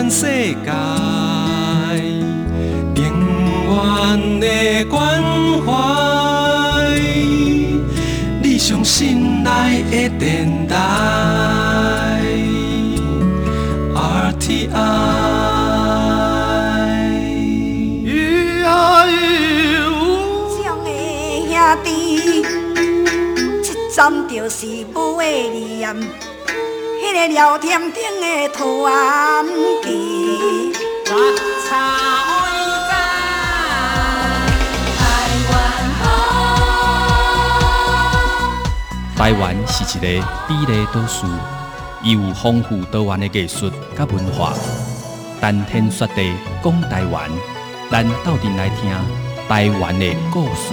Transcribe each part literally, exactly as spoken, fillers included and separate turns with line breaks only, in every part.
全世界，永远的关怀，你上心爱的电台 R T I。
兄弟，这站就是母的念，迄个聊天顶的传奇。
我操你台湾好！
台湾是一个美丽都市，伊有丰富多元的艺术甲文化。谈天说地讲台湾，咱斗阵来听台湾的故事。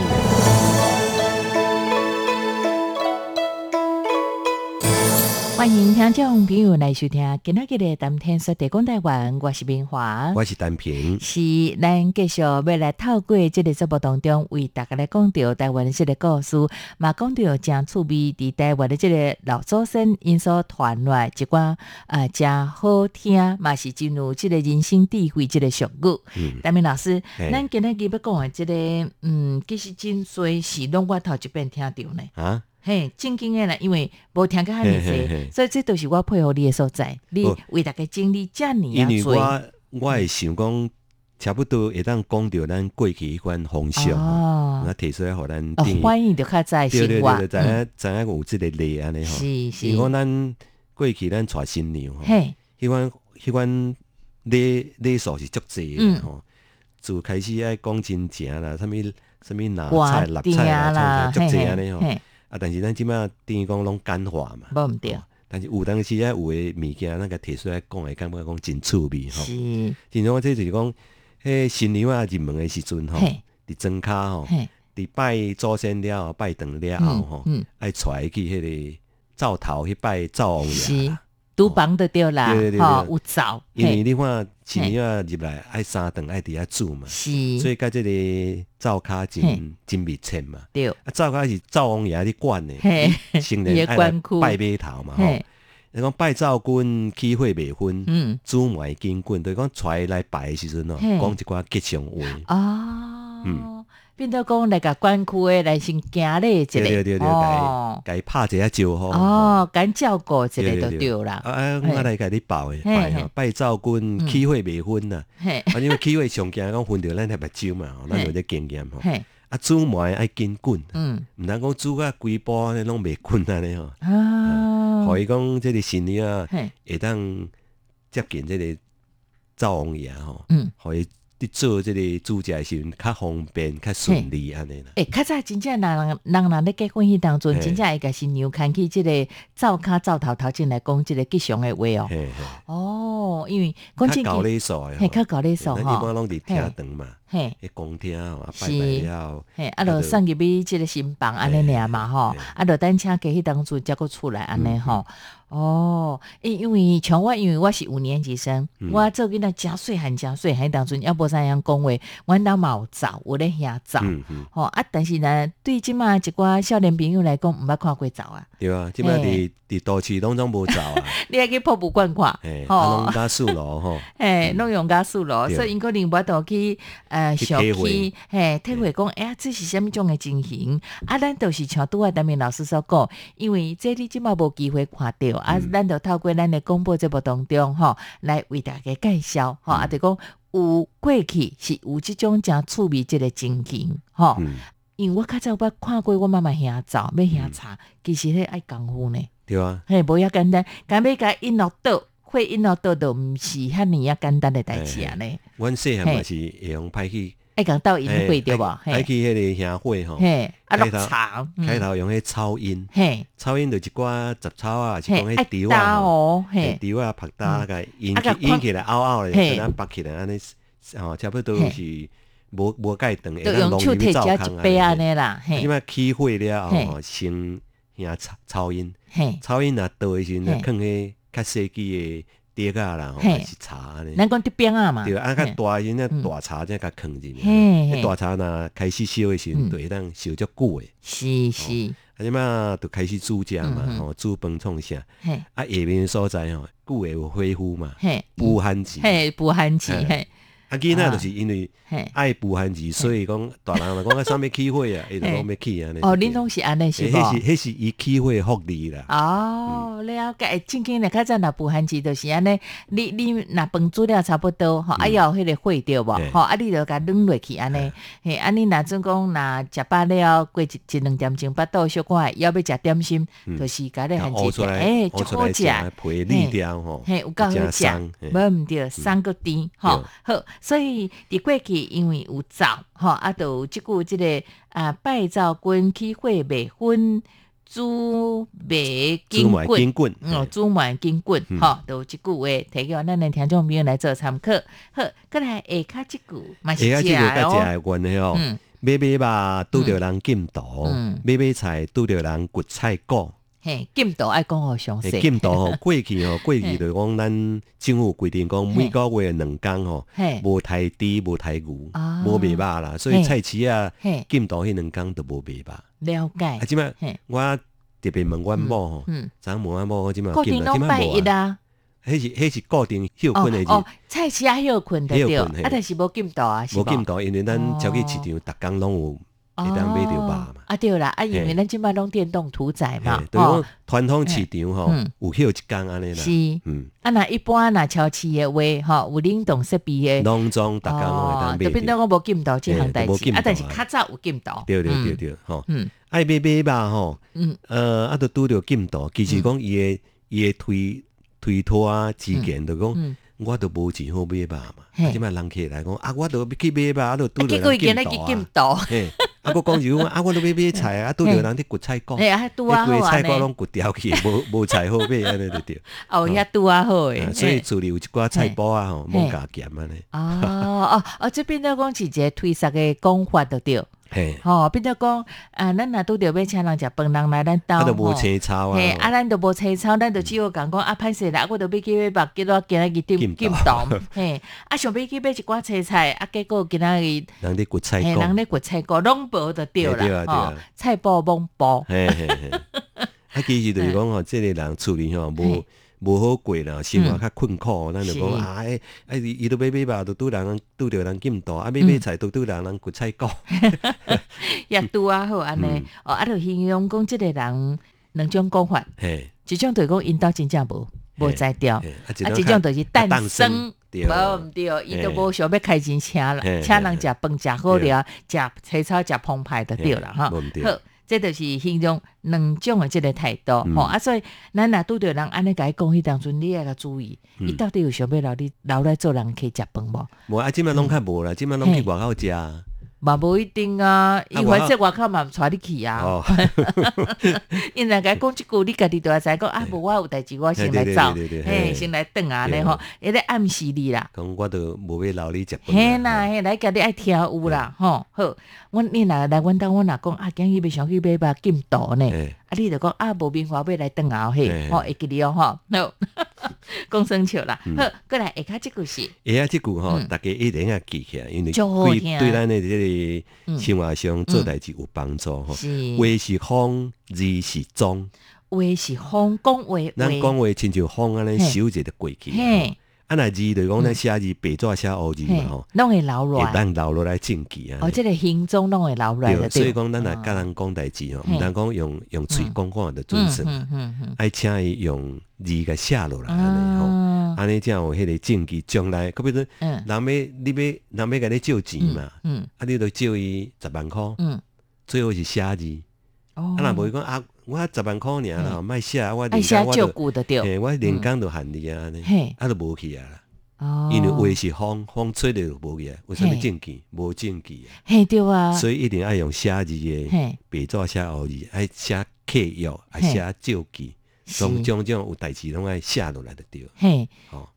欢迎听众朋友来收听今仔日的谈天说地讲台湾，我是明华，
我是单平，
是咱继续要来透过这个节目当中为大家来讲到台湾的这个故事，嘛讲到真趣味伫台湾的这个老祖先因所传来一寡啊真好听，嘛是真有这个人生智慧这个俗语。嗯，单明老师，咱今仔日要讲的这个嗯，其实真侪是拢我头一遍听到呢。啊？嘿，正经的啦，因为无听过遐尼济，所以这都是我配合你的所在。你为大家经历遮尔啊多。
因为我我会想讲，差不多会当讲到咱过去迄款风俗，那提出来互咱。
哦，欢迎就较早生活。
对对对，知影知影有即个例安尼吼。
是是。
如果咱过去咱娶新娘吼，迄款迄款礼礼数是足济的吼，自开始爱讲真正啦，啥物啥物拿菜、腊菜啦，足济安尼吼。啊！但是咱即摆等于讲拢简化嘛，
无毋对。
但是有当时啊，有诶物件那个提出来讲，会感觉讲真趣味吼。
是。
真正这就是讲，迄新娘啊入门诶时阵吼，伫庄骹吼，伫拜祖先了后，拜堂了后吼，爱带去迄个灶头去拜灶王爷。
厨房就对啦，吼有灶。
因为你看新娘啊入来爱三顿爱伫遐煮嘛，
是。
所以甲即个灶骹真真密切嘛。
对。
啊，灶骹是灶王爷咧管诶，新人爱来拜码头嘛吼。你讲拜灶君起火未婚，嗯，煮糜金棍，就是讲带来拜诶时阵哦，讲一寡吉祥话。
哦。嗯。变到讲来甲管区诶来先行咧一个，
对对对对，哦，甲伊拍一下招呼，
哦，甲照顾一下就对啦。
啊，我来甲你报诶，拜吼，拜灶君起火未婚呐，啊，因为起火上惊讲分着咱台目睭嘛，咱有啲经验吼。啊，煮糜爱紧滚，嗯，毋通讲煮甲规煲咧拢未滚安尼吼。啊，互伊讲即个新娘啊，会当接近即个灶王爷吼，嗯，互伊。伫做即个煮食时阵较方便、较顺利安尼啦。
诶，较早真正人人人人咧结婚迄当中，真正会甲新娘牵起即个灶骹灶头头前来讲即个吉祥诶话哦。哦，因为
讲真，较搞礼数诶，
嘿，较搞礼数吼。
咱一般拢伫厅堂嘛，嘿，迄公厅啊，拜拜了，
嘿，啊，著送入去即个新房安尼尔嘛吼，啊，著等请假迄当中才佫出来安尼吼。哦，因因为像我，因为我是五年级生，嗯、我做囡仔真细汉真细汉当阵，也无啥样讲话，阮兜嘛有灶，有咧遐灶，吼、嗯嗯哦、啊！但是呢，对即马一寡少年朋友来讲，毋捌看过灶啊。
对啊，即马伫伫都市拢总无灶啊。
你爱去瀑布观看，
吼、啊，拢加树楼吼，
嘿，拢用加树楼，所以因可能无倒去呃上去，嘿，体会讲，哎呀，这是啥物种诶情形？啊，咱都是像拄仔陈明老师所讲，因为这你即马无机会看到。啊，咱就透过咱的广播节目当中吼，来为大家介绍吼，啊，就讲有过去是有即种真趣味即个情形吼。嗯、因为我较早捌看过我妈妈遐灶要遐茶，其实迄爱功夫呢。
对啊，
嘿，无遐简单，干要甲引落倒，会引落倒都毋是遐尼啊简单的代志啊呢。
阮细汉嘛是会用派去。
爱讲倒音会对无？
爱去迄个乡会吼，
啊落草，
开头用迄草音，草音就一寡杂草啊，是讲迄稻啊吼，稻啊拍打甲引起引起来拗拗咧，咱拔起来安尼，吼差不多是无无介长，会当弄入灶坑安尼啦。即摆起火了后，先遐草草音，草音若倒诶时阵，放迄较细支诶。碟啊啦，吼是茶呢。
咱讲伫边啊嘛。
对，啊，较大时阵大茶才甲放进去。迄大茶若开始烧诶时阵，就会当烧足久诶。
是是。
啊，即马就开始煮食嘛，吼，煮饭创啥？啊，下面所在吼，久会有恢复嘛，补寒剂，
嘿，补寒剂，嘿。
啊，囡仔就是因为爱补寒剂，所以讲大人若讲啊，啥物起火啊，伊就讲要起安尼。
哦，恁拢是安尼是无？
迄是迄是伊起火福利啦。
哦，了解。正经咧，较早若补寒剂就是安尼，你你若饭煮了差不多，吼，啊要有迄个火着无？吼，啊你就甲冷落去安尼。嘿，啊你若准讲若食饱了，过一一两点钟，巴肚小可要要食点心，就是甲你寒剂，诶，足好食，
配力条吼，
嘿，有够好食，无毋对，三个甜，吼，好。所以伫过去因为有灶吼，啊，就有即句即个啊拜灶君起火未昏，煮糜金棍，哦，煮糜金棍，吼，都有即句话提供咱的听众朋友来做参考。好，再来下骹即句嘛是食
哦，原的哦，买买肉拄着人禁毒，买买菜拄着人掘菜果。
嘿，禁毒爱讲互详细。
禁毒吼，过去吼，过去就讲咱政府规定讲每个月两工吼，无杀猪无杀牛，无卖肉啦，所以菜市啊禁毒迄两工都无卖肉。
了解。
啊，即摆我特别问阮某吼，昨问阮某我即摆
禁毒，即摆无啊。
迄是迄是固定休困的日。
哦，菜市啊休困的对，啊，但是无禁毒啊，是无
禁毒，因为咱超去市场，逐工拢有。会当买着肉嘛？
啊对啦，啊因为咱即摆拢电动屠宰嘛，
对讲传统市场吼有休一工安尼啦。
是，嗯，啊若一般若超市的话，吼有冷冻设备的，
拢总逐工拢会当买着。
就变到我无禁毒即项代志，啊但是较早有禁毒。
对对对对，吼，嗯，爱买买肉吼，嗯，呃，啊，都拄着禁毒，其实讲伊的伊的推推脱啊之间，就讲。我都无钱好买肉嘛，即摆人客来讲啊，我都要去买肉，啊，都拄着人禁毒啊。嘿，啊，我讲就讲啊，我都要买菜啊，拄着人伫掘菜果，
哎，拄啊好啊，
菜果拢掘掉去，无无菜好买安尼就对。
哦，遐拄啊好诶，
所以厝里有一寡菜包啊，吼，莫加减安尼。
哦哦哦，这变到讲是一个推测诶讲法就对。嘿，吼，变做讲啊，咱若拄着要请人食饭，人来咱兜，
啊，都无青草啊，
嘿，啊，咱都无青草，咱就只好讲讲啊，歹势啦，我都要去买肉，结果今仔日禁禁毒，嘿，啊，想要去买一寡青菜，啊，结果今仔日
人咧掘菜果，
人咧掘菜果，拢无就对啦，吼，菜包懵包，
嘿嘿嘿，啊，其实就是讲吼，即个人厝里吼无。无好过啦，生活较困苦，咱就讲啊，哎哎，伊都买买肉，都拄人拄着人禁毒，啊，买买菜都拄人人掘菜果，
也拄啊好安尼，哦，啊，就形容讲即个人两种讲法，一种就讲因兜真正无无才调，啊，一种就是诞生，无毋对，伊都无想要开钱请人，请人食饭食好了，食青草食澎湃就对啦，哈，好。这就是形容两种的这个态度，吼、嗯、啊，所以咱若拄着人安尼甲伊讲，迄当阵你也要注意，伊、嗯、到底有想要留你留来做人去食饭无？
无啊，即摆拢较无啦，即摆拢去外口食。
嘛无一定啊，伊反正外口嘛带你去啊。哦，因若甲讲即句，你家己就会知讲啊，无我有代志，我先来走，嘿，先来转啊咧吼，伊咧暗示你啦。
讲我都无要留你食饭。
嘿啦，嘿，来家己爱跳舞啦，吼，好，我你若来阮兜，我若讲啊，今日要上去买肉禁毒呢，啊，你就讲啊，无变化要来转啊，嘿，吼，会记哩哦，吼，好，讲生笑啦，好，过来下骹即句是，
下骹即句吼，大家一定要记起来，因为对对咱的即个生活上做代志有帮助吼。话是风，字是钟。
话是风，讲话，
咱讲话亲像风安尼，手就得过去。嘿，啊那字就讲咱写字白纸写黑字嘛吼，
拢会留落来，
会当留落来证据啊。
哦，即个形状拢会留落来的。
所以讲咱若甲人讲代志吼，毋通讲用用嘴讲讲就准算，爱请伊用字甲写落来安尼吼。安尼才有迄个证据，将来，可比如人要你要人要甲你借钱嘛，啊你著借伊十万箍，最后是写字。啊，若无伊讲啊，我十万箍尔啦，莫写，我连工我都，嘿，我连工都限你啊，安尼，啊都无去啊啦，因为话是风，风吹了就无去啊，有啥物证据？无证据啊，
嘿对啊，
所以一定要用写字的，白纸写黑字，爱写契约，爱写借据，种种种有代志拢爱写落来就对。嘿，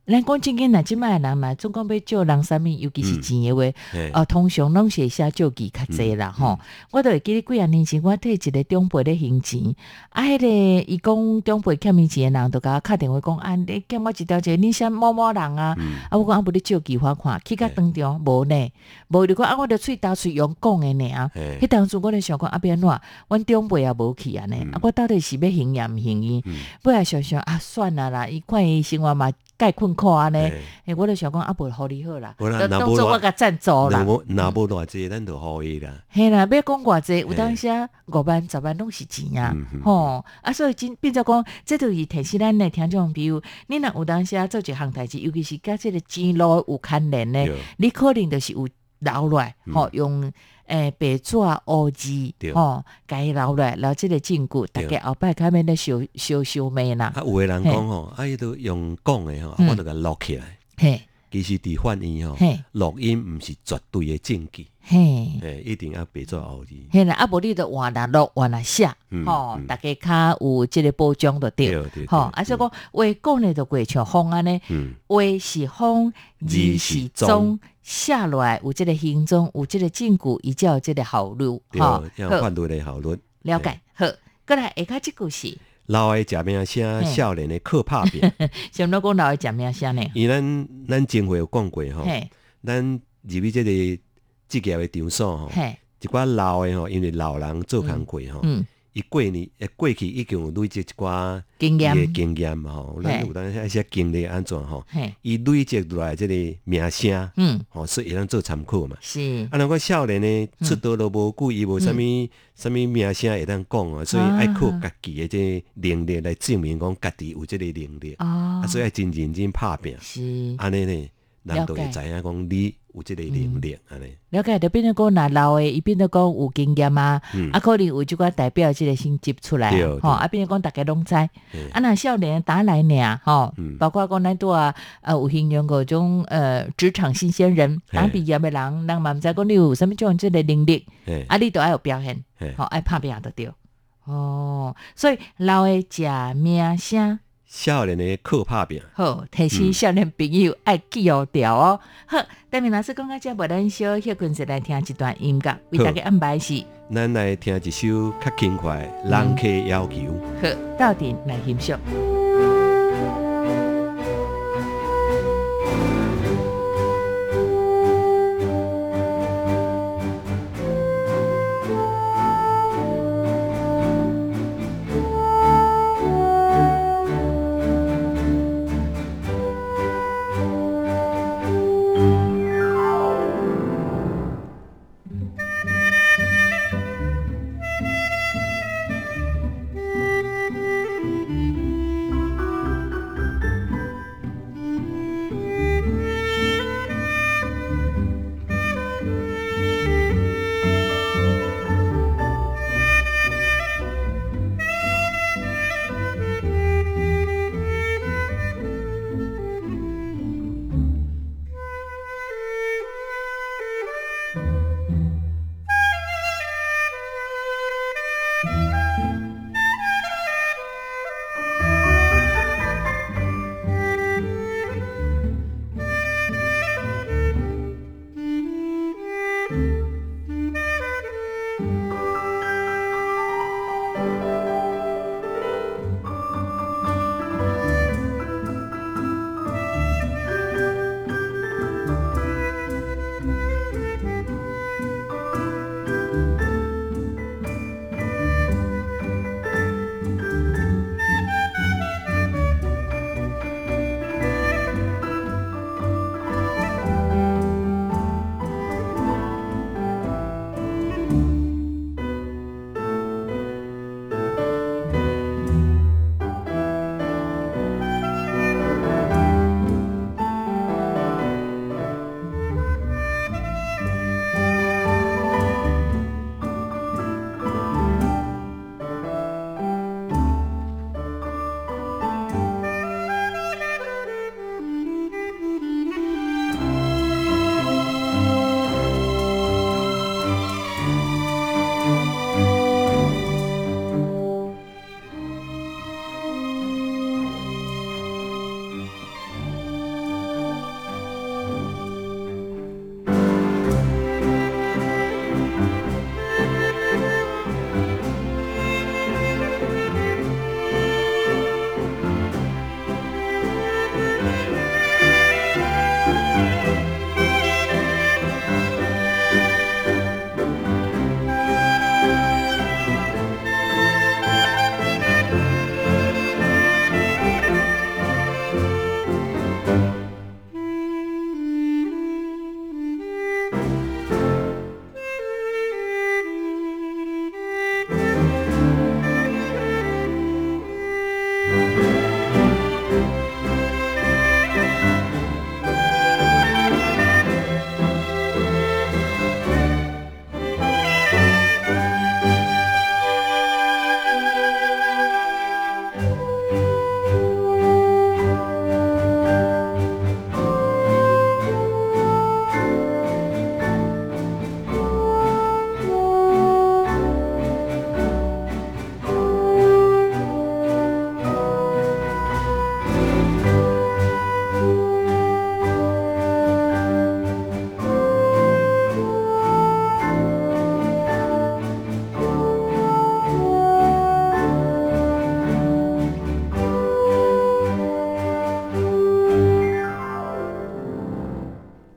咱讲正经，若即摆人嘛，总讲要借人啥物，尤其是钱诶话，嗯、呃，通常拢是写借记较济啦吼、嗯嗯。我都会记得几啊年前，我替一个长辈咧还钱，啊，迄、那个伊讲长辈欠伊钱诶人，就甲我敲电话讲，啊，你欠我一条钱，你啥某某人啊？嗯、啊，我讲啊，无你借记我看，去甲当中无呢，无就讲啊，我著喙打喙用讲诶呢。迄当初我咧想讲啊，变怎？阮长辈也无去安尼、嗯，啊，我到底是要还也毋还伊？尾仔想想啊，算啦啦，伊看伊生活嘛。介困苦安尼，诶，我就想讲啊，无互你好啦，当做我甲赞助啦。
若无偌济，咱就互伊啦。
嘿啦，要讲偌济，有当时五万、十万拢是钱啊，吼、嗯、啊，所以真变做讲，这就是提示咱的听众朋友，你若有当时做一项代志，尤其是甲即个钱路有牵连的，你可能就是有留落来，吼、嗯、用。诶，白纸黑字，吼，甲伊留落来，留即個證據，大家後擺較免咧燒燒燒咩啦。
啊，有個人講吼，啊，伊都用講誒吼，我著甲錄起來。嘿，其實佇法院吼，錄音毋是絕對誒證據。嘿，誒，一定要白紙黑字。
嘿啦，啊無你著換來錄，換來寫，吼，大家較有即個保障著對，吼。啊，所以講話講咧著過像風安尼，話是風，字是鐘。寫落來有即個形狀，有即個證據，伊才有即個效率，
吼，有法律的效率。
了解，好，過來下骹即句是
老的食名聲，少年的靠拍拼。
想到講老的食名聲呢？
因咱咱前回有講過吼，咱入去即個職業的場所吼，一寡老的吼，因為老人做工課吼。伊過年誒過去已經有累積一寡
經驗
經驗嘛吼，咱有當一些經歷安怎吼，伊累積落來即個名聲，嗯，吼，所以會當做參考嘛。是。啊，若講少年呢出道都無久，伊無啥物啥物名聲會當講啊，所以愛靠家己的即個能力來證明講家己有即個能力，啊，所以愛真認真拍拼。是。安尼呢，人都會知影講你有即個能力安尼。
了解，就變成講，若老誒，伊變成講有經驗啊，嗯、啊，可能有即個代表即個性質出來，吼，啊，變成講大家攏知，啊，若少年打來爾，吼，嗯、包括講咱拄啊，呃，有形容嗰種呃職場新鮮人，剛畢業誒人，人嘛毋知講你有啥物種即個能力，啊，你都愛有表現，吼，愛拍拼就對，哦，所以老誒食名聲。
少年的靠拍拼，
好提醒少年朋友愛記好條哦。好，戴明老師講到這，無咱小歇困時來聽一段音樂，為大家安排是。
咱來聽一首較輕快《人客要求》。
好，到底來欣賞。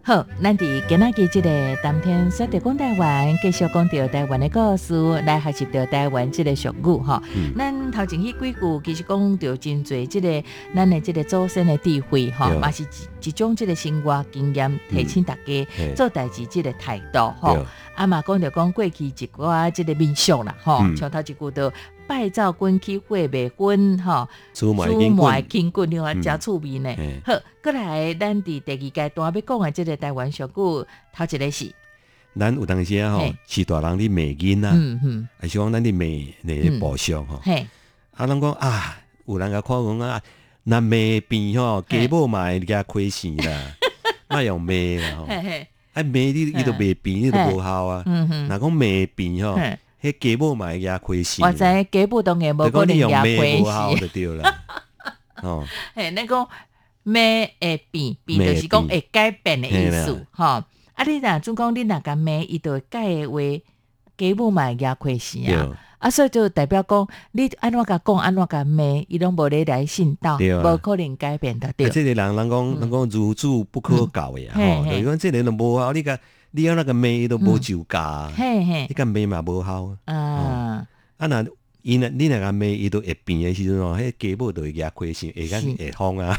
好，咱伫今仔日即个谈天说地讲台湾，继续讲到台湾的故事，来学习到台湾即个俗语吼。嗯、咱头前迄几句其實講到真侪即個咱的即個祖先的智慧吼，嘛是一一種即個生活經驗，提醒大家、嗯、做代志即個態度吼。啊嘛講到講過去一寡即個民俗啦吼，像頭一句到拜灶君起火未薰吼，
煮糜金
棍，另外真趣味呢。嗯、好，過來咱佇第二階段要講的即個台灣俗語，頭一個是，
咱有當時啊吼，是大人咧罵囡啊，還是講咱咧罵咧部屬吼，啊，人講啊，有人甲看講啊，若罵變吼，家母嘛會驚虧錢啦，莫用罵啦吼，啊罵你伊都袂變，你都無效啊，若講罵變吼。迄家母嘛會驚虧錢，
我知家母當然無可能驚虧錢，
就對啦。哦，
嘿，那個罵會變，變就是講會改變的意思，吼。啊，你若總講你若甲罵，伊就會改的話，家母嘛會驚虧錢啊。啊，所以就代表講，你安怎甲講，安怎甲罵，伊攏無咧來信道，無可能改變得到。
啊，這個人人講人講如子不可教嘅啊，吼，就是講這個人無效，你甲。你要那個罵都無就教，你甲罵嘛無效啊！啊那伊若你若個罵伊都會變的時陣哦，迄家母就會驚虧錢，會甲會慌啊！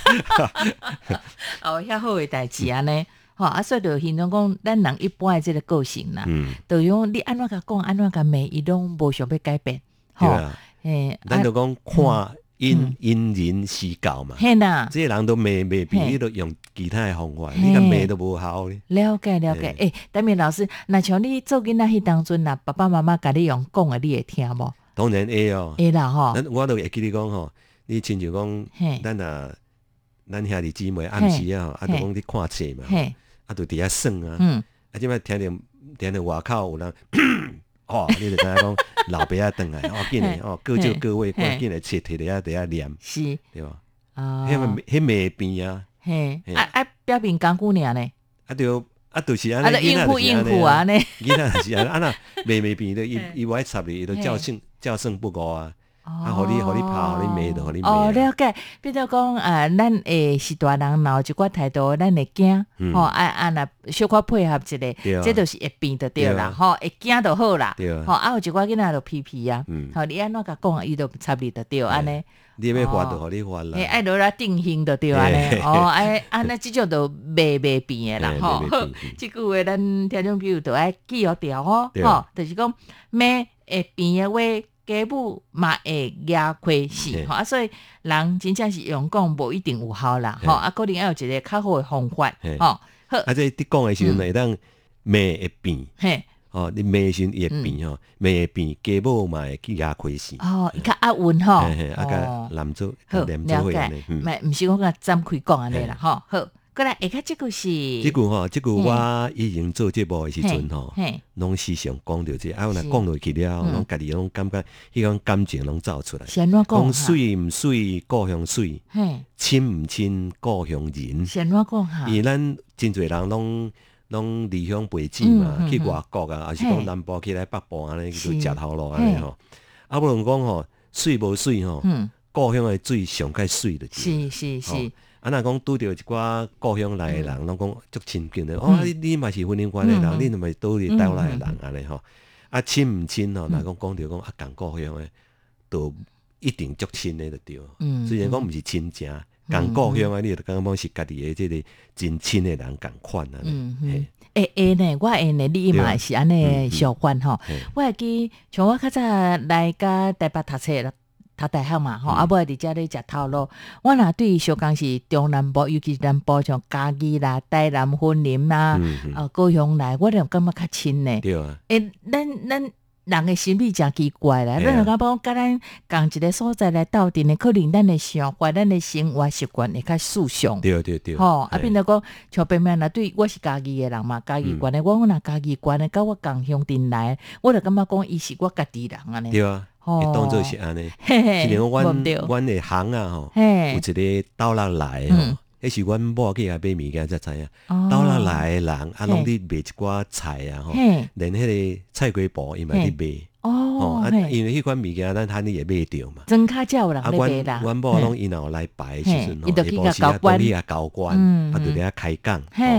哦，遐好嘅代誌安尼，吼啊，所以就形容講，咱人一般嘅即個個性啦，就用你安怎甲講，安怎甲罵，伊攏無想要改變，吼，
誒，咱就講看。因因人施教嘛，
係啦，
這個人都罵罵變，你都用其他嘅方法，你個罵都無效咧。
了解了解，誒，等面老師，那像你做囡仔迄當陣啦，爸爸媽媽甲你用講嘅，你會聽無？
當然會哦，
會啦吼。
我都會記你講吼，你親像講，咱啊，咱兄弟姊妹暗時啊，啊，就講你看冊嘛，啊，就佇遐算啊，啊，即擺聽到聽到外口有人。哦，你就知影講老爸仔轉來，哦，緊嚟，哦，各就各位，趕緊來切摕嚟啊，佇遐念，
是，
對吧？啊，迄咪迄罵變啊，
嘿，啊啊，表面講久爾呢，
啊就啊就是安尼，
應付應付啊呢，
囡仔就是安尼，啊那罵罵變的，伊伊無愛插你，伊都叫聲叫聲不過啊。啊，互你互你拍，互你罵就互你罵。
哦，了解。比如講，啊，咱誒是大人，若有一寡態度，咱會驚，吼，啊啊，若小可配合一個，這就是會變就對啦，吼，會驚就好啦，吼，啊有一寡囡仔就皮皮啊，吼，你安怎甲講，伊就插你就對，安尼。
你要發就互你發啦。
誒，愛落來定型就對安尼，哦，哎，安尼即種就罵罵變誒啦，吼。即句話咱聽眾朋友就愛記好條吼，吼，就是講罵會變誒話。家母嘛會壓虧死，吼啊，所以人真正是用講無一定有效啦，吼啊，可能要有一個較好嘅方法，吼。好，
啊，即你講嘅時陣會當罵會變，嘿，哦，你罵時會變吼，罵會變，家母嘛會去壓虧死。
哦，伊較押韻吼，
啊個男做男做會安尼，
唔係唔是講個展開講安尼啦，吼。好。過來，下個這句是，
這句吼，這句我以前做節目嘅時陣吼，攏時常講到這，啊，我若講落去了，攏家己攏感覺，迄種感情攏走出來。
先怎講？
講水唔水，故鄉水；親唔親，故鄉人。
先怎講哈？
因為咱真濟人攏攏離鄉背井嘛，去外國啊，還是講南部去來北部安尼，叫做食頭路安尼吼。啊，無論講吼，水無水吼，故鄉嘅水上較水的。
是是是。
啊，若講拄着一寡故鄉來嘅人，攏講足親近的。哦，你你嘛是婚姻關嘅人，你嘛是倒嚟倒來嘅人安尼吼。啊，親唔親吼？若講講着講啊，共故鄉嘅，都一定足親嘅就對。雖然講毋是親情，共故鄉嘅，你就感覺講是家己嘅即個真親嘅人共款啊。嗯嗯。
誒誒呢，我誒呢，你嘛是安尼習慣吼。我會記，像我較早來甲台北讀冊啦。讀大學嘛，吼、嗯，啊，尾佇遮咧食頭路。我若對小講是中南部，尤其是南部像嘉義啦、台南、雲林啦，嗯嗯、啊，高雄來，我就感覺較親呢。
對啊。
誒，咱咱人嘅心理真奇怪啦，咱就感覺講，甲咱共一個所在來鬥陣的，可能咱嘅想法、咱嘅生活習慣會較趨相。
對對對。
吼、哦，啊，變到講像別名啦，對我是嘉義嘅人嘛，嘉義縣嘅，我我若嘉義縣嘅，甲我共鄉鎮來，我就感覺講，伊是我家己人安尼。
對啊。會當做是安尼，是連阮阮的行啊吼，有一個倒落來吼，迄是阮某去遐買物件才知影，倒落來的人啊，攏佇賣一寡菜啊吼，連迄個菜瓜布伊嘛佇賣，哦，啊，因為迄款物件咱罕你會買着嘛，
真較少有人咧買啦，
阮某攏伊若有來擺的時陣吼，下晡時啊，當你啊交關，啊，就佇遐開講，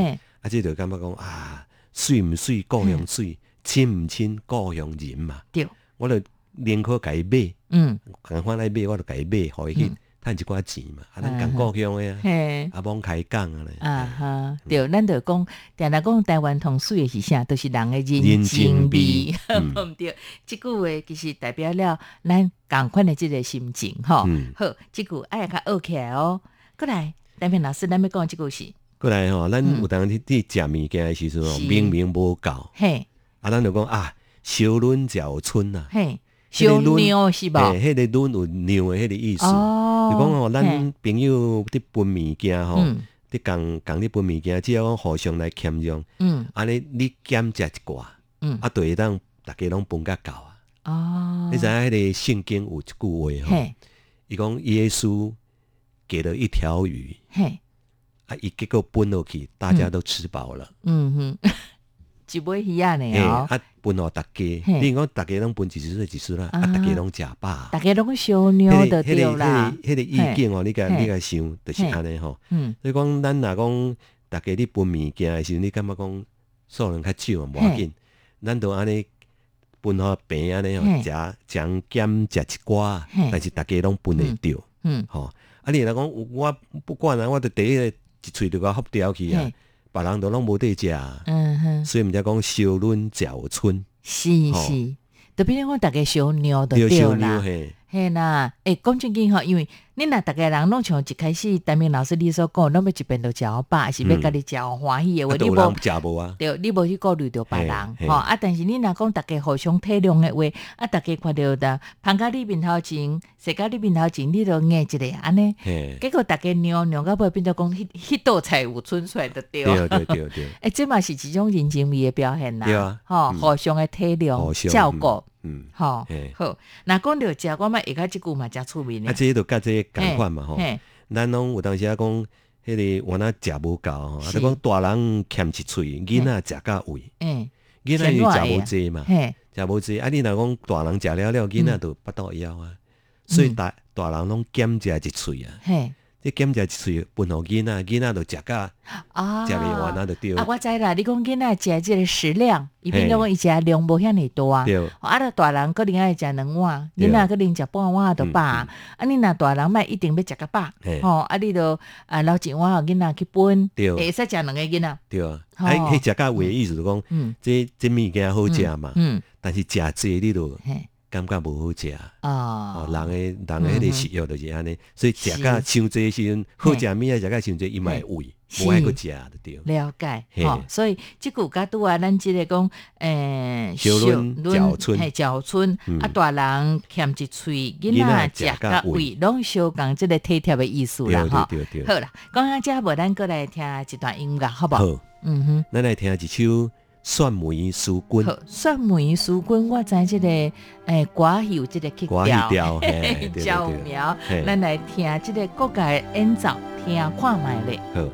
啊，即就感觉讲啊，水毋水故乡水，亲毋亲故乡人嘛。
对，
我就宁可家己买，
嗯，
共款来买，我就家己买，互伊去趁一寡钱嘛。啊，咱共故乡的啊，啊，罔开讲啊咧。
啊哈，对，咱就讲，定定讲台湾通水的是啥，都是人的人情味，毋对？即句话其实代表了咱共款的即个心情吼。好，即句爱较学起来哦。过来，台平老师，咱要讲即句是。
过来吼，咱有当去去食物件的时阵吼，明明无够，
嘿，
啊，咱就讲啊，小轮脚春呐，
嘿，小鸟是无？
嘿，迄个轮有鸟的迄个意思，就讲吼，咱朋友伫分物件吼，伫共共伫分物件，只要讲互相来谦让，嗯，安尼你减食一寡，嗯，啊，就会当大家拢分甲够啊。哦，你知影迄个圣经有一句话吼，伊讲耶稣给了一条鱼，嘿。啊！伊结果分落去，大家都吃饱了。
嗯哼，一尾鱼啊呢哦。
啊，分互大家，你讲大家拢分一丝一丝啦，啊，大家拢食饱。
大家拢小鸟就对啦。
迄个迄个意境哦，你甲你甲想，就是安尼吼。嗯。所以讲，咱若讲大家咧分物件的时候，你感觉讲数量较少啊，无要紧。咱都安尼分互平安尼吼，食将减食一寡，但是大家拢分会着。嗯。吼，啊，你若讲我不管啊，我就第一个。一喙就甲合掉去啊！别人都拢无得食，嗯哼，所以毋才讲小轮脚春，
是是，就比如讲大家小鸟就对啦，嘿啦，诶，讲正经吼，因为你若大家人拢像一开始台明老师你所讲，拢要一遍就食饱，还是要家己食欢喜的话，你无
食无啊？
对，你无去顾虑到别人，吼啊！但是你若讲大家互相体谅的话，啊，大家看到的芳甲你面头前，食甲你面头前，你就硬一个安尼，结果大家娘娘到尾变做讲，迄迄道菜有春出来就对，
对对对对，
诶，这嘛是一种人情味的表现啦，对啊，吼，互相的体谅、照顾。嗯，好，好，那讲到食，我嘛下骹即句嘛真出名
啊，这都甲这共款嘛吼。咱拢有当时啊讲，迄个我那食无够吼，啊，就讲大人欠一喙，囡仔食甲胃。嗯，囡仔又食无济嘛，食无济。啊，你若讲大人食了了，囡仔就巴肚枵啊，所以大大人拢减食一喙啊。你减食一喙分互囡仔，囡仔就食甲食袂完啊，就对。
啊，我知啦，你讲囡仔食即个食量，伊变做讲伊食量无遐尼大啊。啊，著大人可能爱食两碗，囡仔可能食半碗就饱。啊，你若大人莫一定要食甲饱，吼，啊，你著啊留一碗互囡仔去分，会使食两个囡仔。
对啊，哎，迄食甲胃意思就讲，这这物件好食嘛，但是食济你著感觉无好食哦，人诶，人诶，迄个食药就是安尼，所以食甲伤济时阵，好食物啊，食甲伤济，伊嘛会胃，无爱去食就对。
了解，吼，所以即句甲拄啊，咱即个讲，诶，
小轮脚春，
嘿，脚春，啊，大人欠一喙，囡仔食甲胃，拢相共即个体贴诶意思啦，吼。好啦，讲到遮无，咱过来听一段音乐，好无？好，
嗯哼，咱来听一首。蒜梅思君，
蒜梅思君，我知即个诶歌有即个曲调，照苗，咱来听即个国家演奏，听看卖咧。好。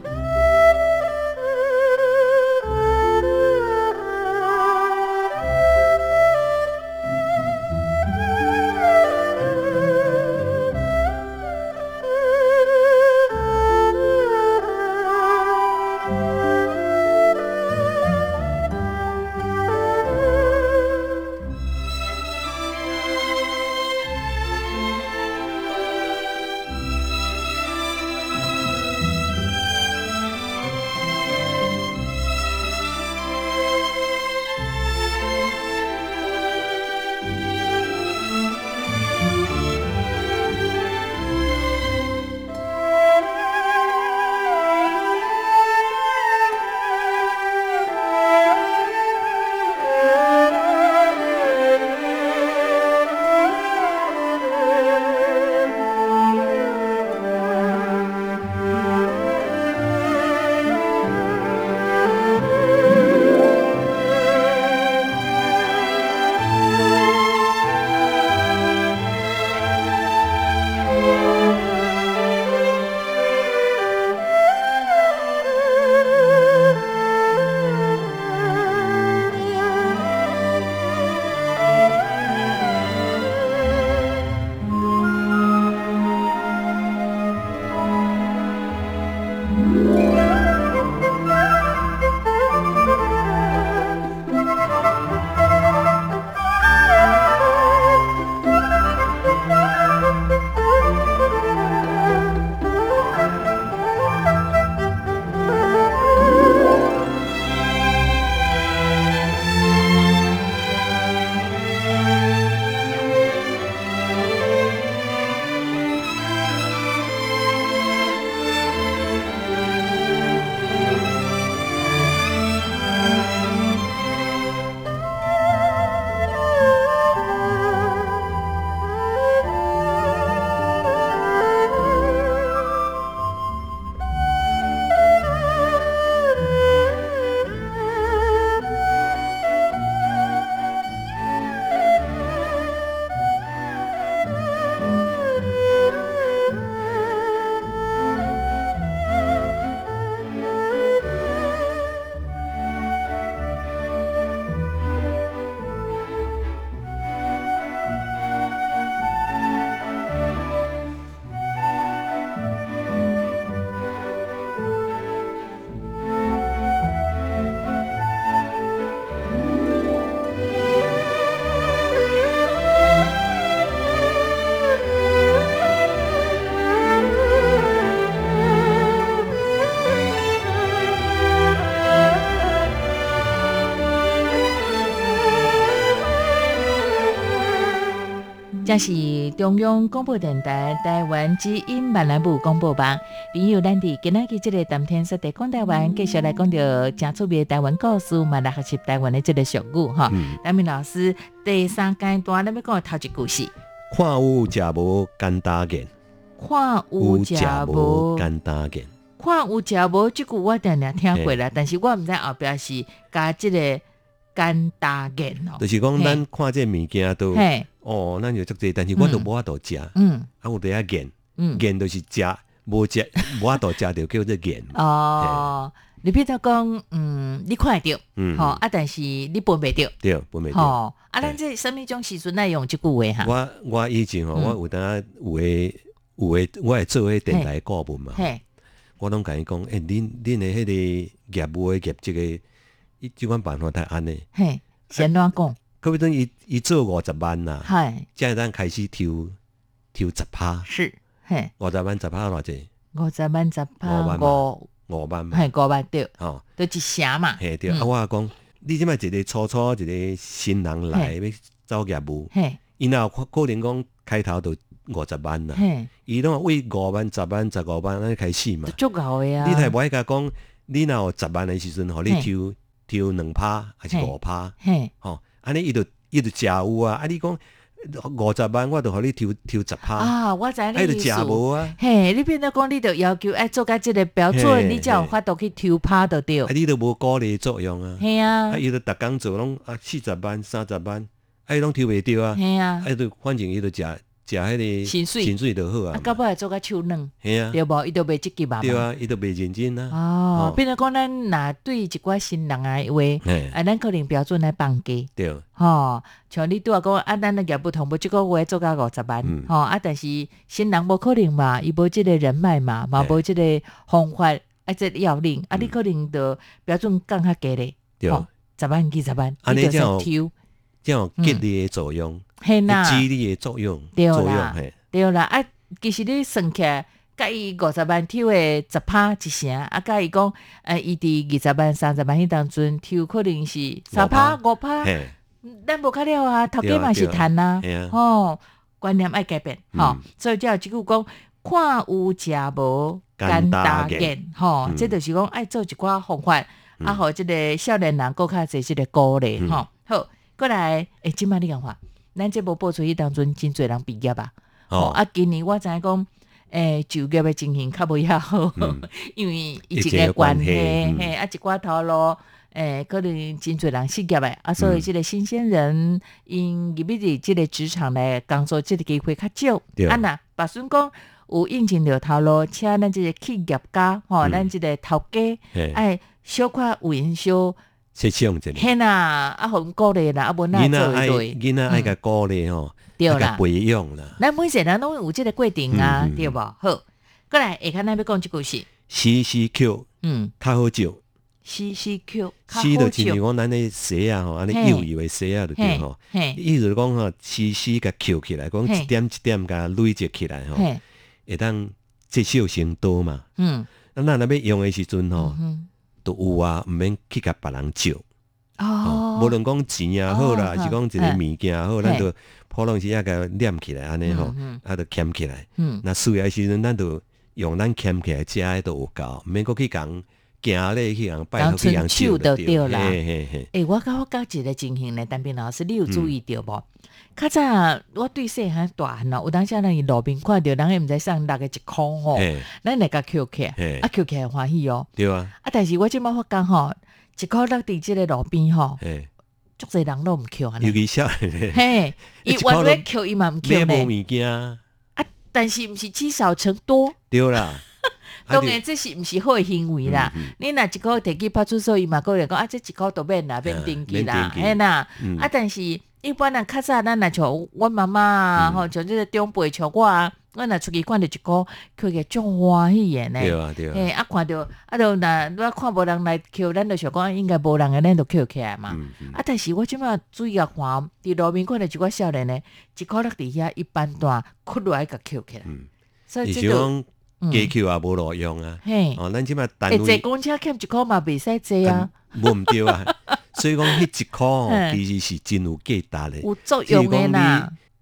这是中央广播电台台湾之音闽南语广播网。朋友，咱伫今仔日这个谈天说地讲台湾，继续来讲到真趣味的台湾故事，嘛来学习台湾的这个俗语哈。咱们老师第三阶段咱要讲的头一句是：
看有食无干搭见，
看有食无
干搭见。
看有食无这句我定定听过啦，但是我毋知后壁是加这个干搭见咯。
就是讲咱看这物件都。哦，咱就足济，但是我都无法度食，嗯，啊，有伫遐见，嗯，见就是食，无食无法度食着叫做见。
哦，你比如讲，嗯，你看会到，嗯，吼，啊，但是你分袂到，
对，分袂到。
吼，啊，咱这什么种时阵来用即句话哈？
我我以前吼，我有当有诶有诶，我会做迄电台顾问嘛，我拢甲伊讲，诶，恁恁诶迄个业务诶业绩诶，伊即款办法太安尼，
嘿，先怎讲？
可不等伊伊做五十万呐，
系，
即係咱開始抽抽十趴，
是，嘿，
五十萬十趴偌濟？
五十萬十趴
五五萬嘛，
係五萬對，
哦，
都一成嘛，
係對。啊，我講你即擺一個初初一個新人來要走業務，嘿，伊若可能講開頭就五十萬啦，嘿，伊攏為五萬、十萬、十五萬安尼開始嘛，
足夠嘅啊！
你係唔愛甲講，你若有十萬嘅時陣，互你抽抽兩趴還是五趴，嘿，吼。安尼伊就伊就食有啊！啊，你講五十萬，我就互你抽抽十趴
啊！我知你意思。
食無啊！
嘿，你變咗講，你就要求愛做甲即個標準，你才有法度去抽趴就對。
啊，你都無鼓勵作用啊！
係啊！
啊，伊就逐工做攏啊四十萬、三十萬，啊，伊攏抽袂着啊！
係啊！
啊，就反正伊就食食迄個
薪水
薪水就好啊！
啊，到尾做甲手軟，
係啊，
對無？伊就袂積極嘛。
對啊，伊就袂認真啊！
哦，變咗講，咱若對一寡新人啊話，啊，咱可能標準來放低。
對。
吼，像你拄啊講，啊，咱嘅業務同步即個月做甲五十萬，吼啊，但是新人無可能嘛，伊無即個人脈嘛，嘛無即個方法，啊，即要領，啊，你可能就標準降較低咧，吼，十萬二十萬，你就先抽，
即有激勵嘅作用，
係啦，
激勵嘅作用，
對啦，對啦，啊，其實你算起來，甲伊五十萬抽嘅十趴一成，啊，甲伊講，誒，伊佇二十萬、三十萬迄當陣抽可能是三趴、五趴。咱無較了啊，頭家嘛是賺啊，吼，觀念愛改變，吼，所以才有即句講，看有食無干搭見，吼，即就是講愛做一寡方法，啊，互即個少年人更較濟即個鼓勵，吼，好，過來，誒，即擺你講話，咱即無播出去當中真濟人畢業啊，吼，啊，今年我知影講，誒，就業嘅情形較無遐好，因為疫情嘅關係，嘿，啊，一寡頭路。誒、欸，可能真侪人失業誒，啊，所以即個新鮮人因入去即個職場咧工作，即個機會較少。啊，若白算講有應盡着頭路，請咱即個企業家，吼、嗯，咱即個頭家，愛小可有影小，
切搶一下。
係啦，啊，互鼓勵啦，啊，無哪做一對。
囡仔愛甲鼓勵吼，
對啦，
培養啦。
咱每個人攏有即個過程啊，嗯、對無？好，過來下看咱要講即句是
C C Q， 嗯，較好食。
C C Q，
C 就親像講咱咧洗啊吼，安尼幼幼誒洗啊就對吼。意思講吼 ，C C 甲扣起來，講一點一點甲累積起來吼，會當積少成多嘛。嗯，咱若要用誒時陣吼，都有啊，毋免去甲別人借。哦，無論講錢也好啦，是講一個物件也好，咱就普通時啊甲黏起來安尼吼，啊就儉起來。嗯，那需要誒時陣，咱就用咱儉起來食誒都有夠，毋免閣去講。行咧去人拜託去人手就對啦。誒、
欸，我甲我教一個情形咧，但邊老師你有注意到無？較早、嗯、我對細漢大漢咯，有當時咱伊路邊看到人誒毋知送六個一箍吼，咱來甲扣起，啊扣起來歡喜哦。
對啊。
啊，但是我即擺發覺吼，一箍落佇即個路邊吼，足濟人都毋扣安尼。
尤其少年咧。
嘿，伊完全扣伊嘛毋扣咧。
買無物件。啊，
但是毋是積少成多。
對啦。
當然，這是毋是好誒行為啦。嗯嗯、你若一個摕去派出所，伊嘛個人講啊，這一個都免啦，免登記啦，係啦。嗯、啊，但是一般人較早，咱若像阮媽媽啊，吼、嗯，像即個長輩像我啊，我若出去看到一個，佢個足歡喜誒呢。
對啊，對啊。
誒，啊看到啊，就若我看無人來扣，咱就想講應該無人誒，咱就扣起來嘛。嗯嗯、啊，但是我即擺注意啊看，佇路面看到一個少年呢，一個落佇遐一般段，屈落來甲扣起來。嗯、所以即個。
加扣也無路用啊！哦，咱即擺單位
坐公車欠一箍嘛，袂使坐啊！
無毋對啊！所以講迄一箍其實是真有價值的，
有作用的啦。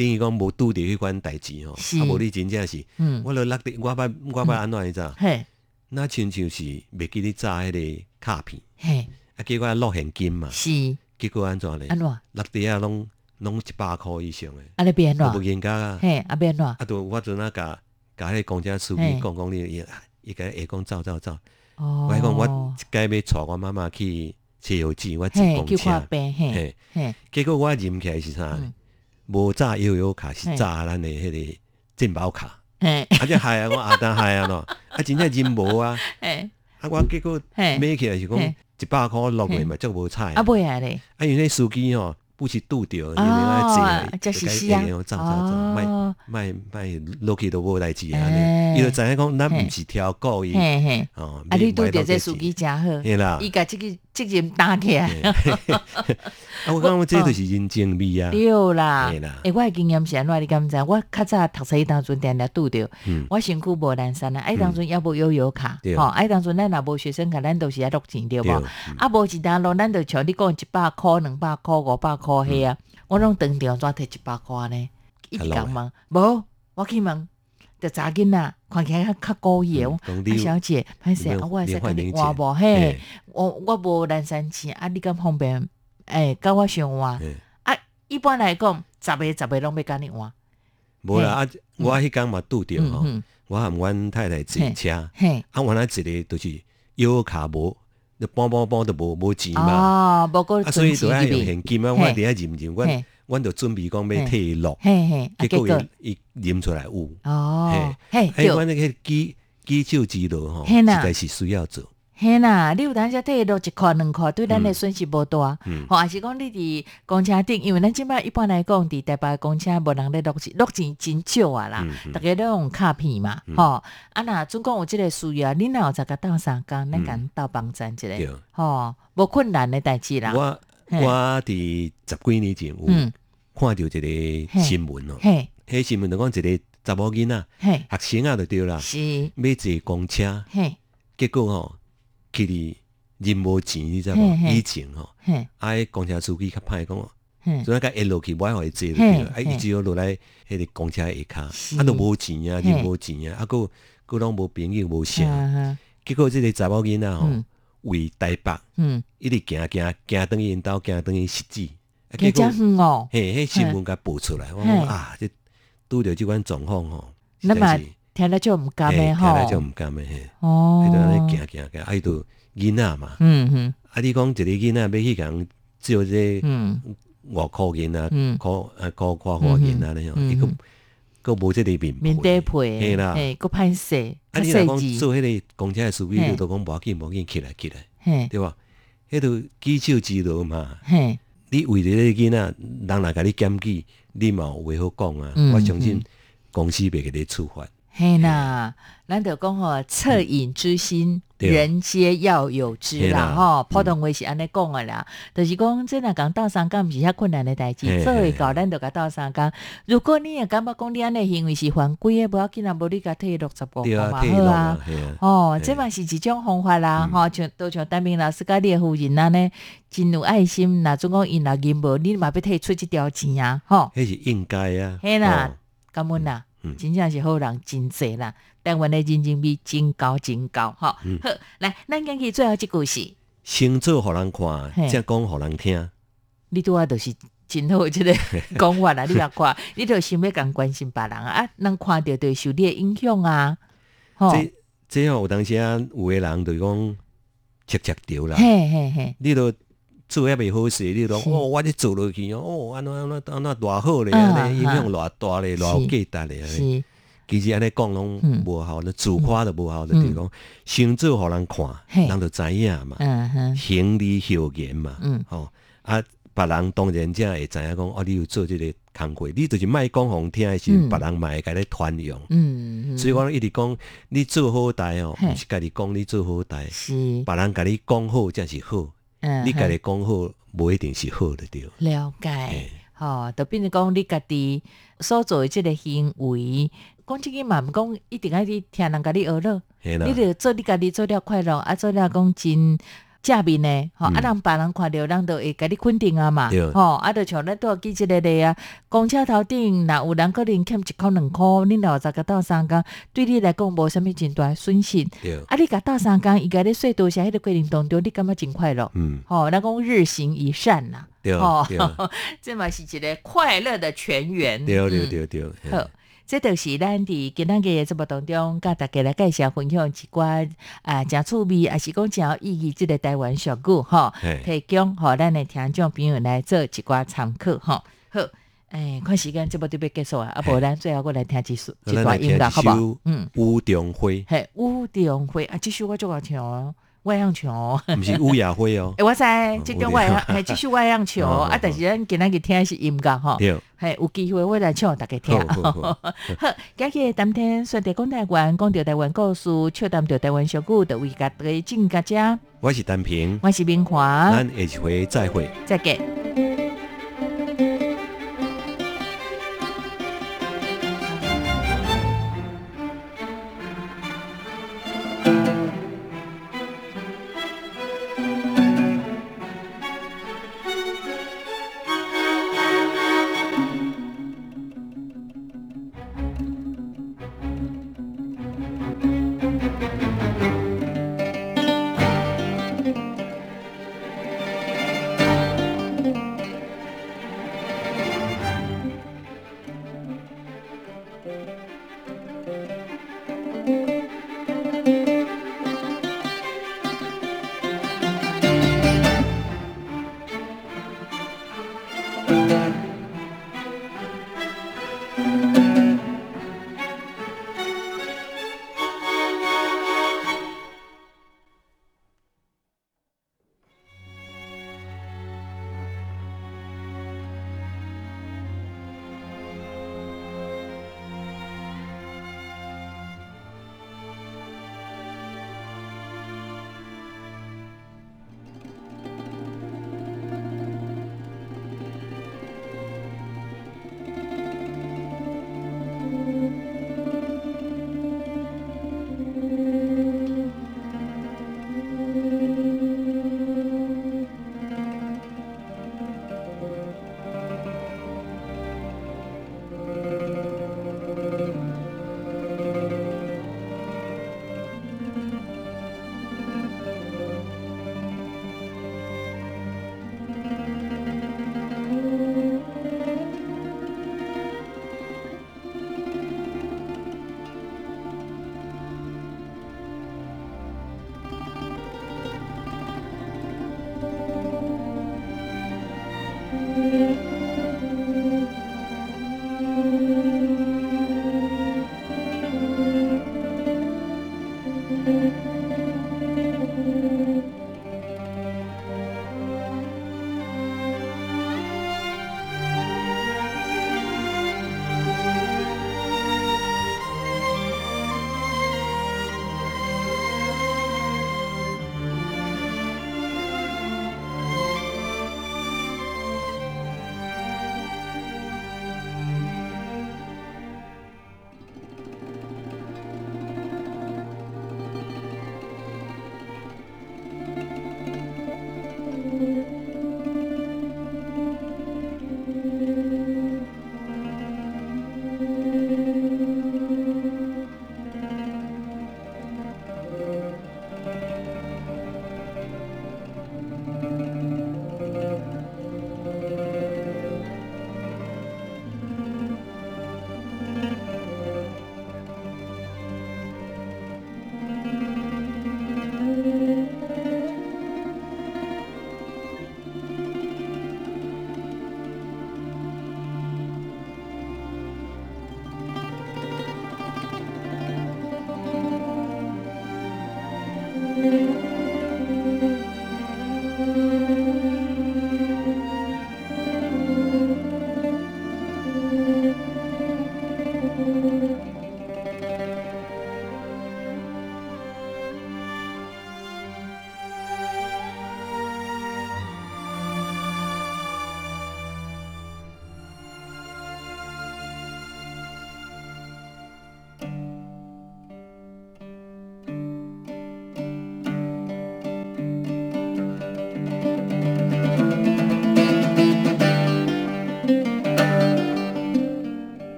等于讲无拄着迄款代志吼，啊无你真正是，嗯、我著落地，我捌我捌安怎你知？嘿，那亲像是袂记你炸迄个卡片，嘿，啊結果落現金嘛，是，結果安怎咧？安怎？落地啊，攏攏一百箍以上誒，
啊你變怎？
無嚴格啊，
嘿，啊變怎？
啊都我陣啊甲甲迄個公車司機講講你，伊伊甲下講走走走，哦、我講我一擺要帶我媽媽去車油子，我坐公車，嘿，嘿，結果我認起來是啥？無炸悠悠卡，是炸咱誒迄個健保卡。嘿，啊！只害啊，我阿當害啊咯，啊真正真無啊，啊我結果買起來是講一百箍落嚟嘛，足無彩，
啊買啊咧，
啊因為司機吼不是拄着，因為
啊坐，就是是啊，
走走走，賣賣賣落去都無代志啊，伊就知影講咱毋是挑故意，
哦，啊你拄着這司機真好，係啦，伊甲即個責任擔起來，
啊我講我這就是人情味啊，
對啦，誒我誒經驗是安怎你敢知？我較早讀冊迄當陣定定拄着，我身軀無蹳跚啊，迄當陣也無悠遊卡，吼，啊迄當陣咱若無學生卡，咱都是愛落錢對無？啊無一單落，咱就像你講一百箍、兩百箍、五百箍。係啊，我攏當場怎摕一百塊呢？一直講問，無我去問，就查囡仔看起來較較古意哦。啊小姐，歹勢啊，我會使甲你換無？嘿，我我無蹳跚錢，啊你敢方便？誒，甲我相換。啊，一般來講，十個十個攏要甲你換。
無啦，啊我迄工嘛拄着吼，我含阮太太坐車，啊原來一個就是腰卡無。就幫幫幫都無無錢嘛，
啊，
所以就愛用現金啊！我佇遐認認，阮阮就準備講要退落，結果伊伊啉出來有，哦，嘿，哎，阮那個舉舉手之勞吼，實在是需要做。
嘿啦，你有當時退落一塊兩塊，對咱的損失無大，吼，還是講你佇公車頂，因為咱即擺一般來講，佇台北公車無人咧落錢，落錢真少啊啦，大家都用卡片嘛，吼，啊若總共有即個需要，你若有再甲鬥三工，咱共鬥幫襯一個，吼，無困難的代誌啦。
我我佇十幾年前有看到一個新聞哦，迄新聞就講一個查某囡仔，學生啊就對啦，要坐公車，結果吼。去哩認無錢，你知無？以前吼，啊，公車司機較歹講，所以甲一落去，我互伊坐落去，啊，伊只有落來迄個公車下骹，啊，都無錢啊，認無錢啊，啊，佫佫攏無朋友無啥，結果即個查某囡仔吼，為台北，一直行行行轉去因兜，行轉去失智，
結果遠哦，
嘿，迄新聞甲報出來，我講啊，即拄着即款狀況吼，
實在是。聽了就唔甘嘅吼，
聽了就唔甘嘅嘿。哦，喺度咧行行行，喺度囡仔嘛。嗯哼。啊，你講一個囡仔要去講，只有即外國人啊，國啊國外國人啊，呢樣，伊個個無即個面
面底皮，
係啦，
個歹勢。
啊，你若講做迄個公車嘅司機，你都講無要緊，無要緊，起來起來，對吧？迄度舉手之勞嘛。嘿。你為咗啲囡仔，人來甲你檢舉，你嘛有話好講啊。我相信公司袂給你處罰。
嘿啦，咱就講吼，惻隱之心，人皆要有之啦，吼，普通話是安尼講嘅啦，就是講真係講鬥三工，毋是遐困難嘅代志，做會到咱就甲鬥三工。如果你也感覺講你安尼行為是犯規嘅，無要緊啊，無你甲退六十五塊嘛好啊，哦，這嘛是一種方法啦，吼，像都像陳明老師甲你嘅夫人安尼，真有愛心，若總講因若認無，你嘛要退出即條錢啊，吼，
迄是應該啊，
嘿啦，感恩啦。真正是好人真濟啦，台灣的人情味真高真高，吼、嗯。好，來，咱講起最後一句是：
先做互人看，再講互人聽。
你拄仔就是真好即個講法啦，你若看，你著想要共關心別人啊，人看到就受你的影響啊。
吼，這這有當時啊，有個人就講切切掉啦。
嘿嘿嘿，
你都。做也袂好勢，你講哦，我咧做落去哦，安怎安怎安怎偌好咧，安尼影響偌大咧，偌有價值咧。是，其實安尼講攏無效，自誇就無效，就係講先做互人看，人就知影嘛。行禮效言嘛。吼啊，別人當然才會知影講，哦，你有做即個工課，你就是莫講互聽的時，別人嘛會甲你傳揚。嗯，所以我一直講，你做好代哦，毋是家己講你做好代，別人甲你講好才是好。嗯、你家己講好，無一定是好的對。
了解，吼、哦，就變成講你家己所做的這個行為，講這個嘛，毋講一定愛去聽人家你學咯。你著做你家己做了快樂，啊做了講真正面的，吼、
嗯
啊，让别人看到，人都会甲你肯定啊嘛，吼，啊，就像咱都记一个例啊，公车头顶，若有人可能欠一箍两箍，恁老早甲斗三工，对你来讲无啥物真大损失，啊，你甲斗三工，伊甲你说多谢，迄个过程当中，你感觉真快乐，
嗯，
吼、咱讲日行一善呐，
对
吼
对，
这嘛是一个快乐的泉源，
对对对对，
嗯、好。这就是咱伫今仔日的节目当中，甲大家来介绍分享一寡啊，真趣味，也是讲真有意义，即个台湾俗语吼，提供互咱的听众朋友来做一寡参考吼。好，诶，看时间节目就要结束啊，啊无咱最后过来听一首一段音乐，好不好？嗯，
吴中辉，
嘿，吴中辉啊，这首我做个唱哦。我样唱哦，
不是乌雅辉哦。
诶，我知，即种我系继续我样唱啊，但是咱今仔日听的是音乐吼，系有机会我来唱大家听。好，今日谈天说地讲台湾，讲到台湾故事，笑谈到台湾俗语，就为家大家敬家家。
我是单平，
我是明华，
咱下一回再会，
再见。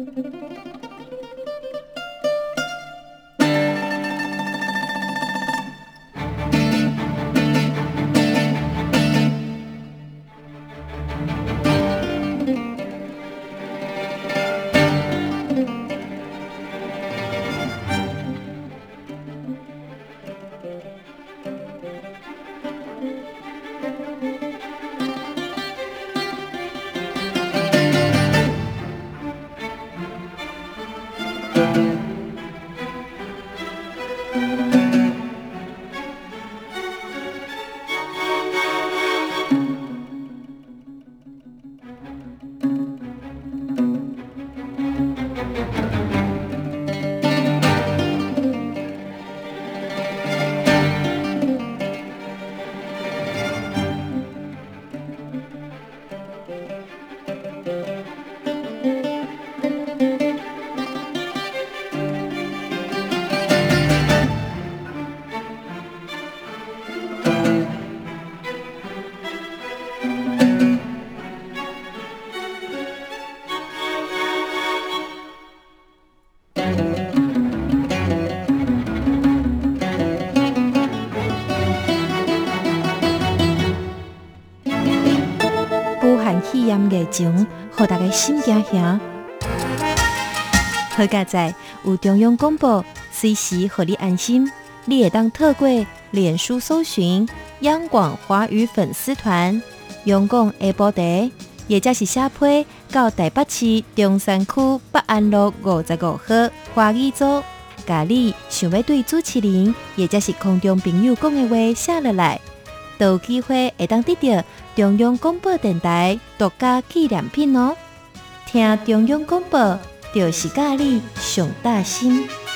热情，互大家心惊惊。好佳在有中央广播，随时互你安心。你会当透过脸书搜寻央广华语粉丝团，央广下晡茶，也就是写批到台北市中山区北安路五十五號華語組，甲你想要對主持人，也就是空中朋友講的話寫落來，都有機會會當得到中央廣播電台獨家紀念品哦。聽中央廣播，就是甲你上大心。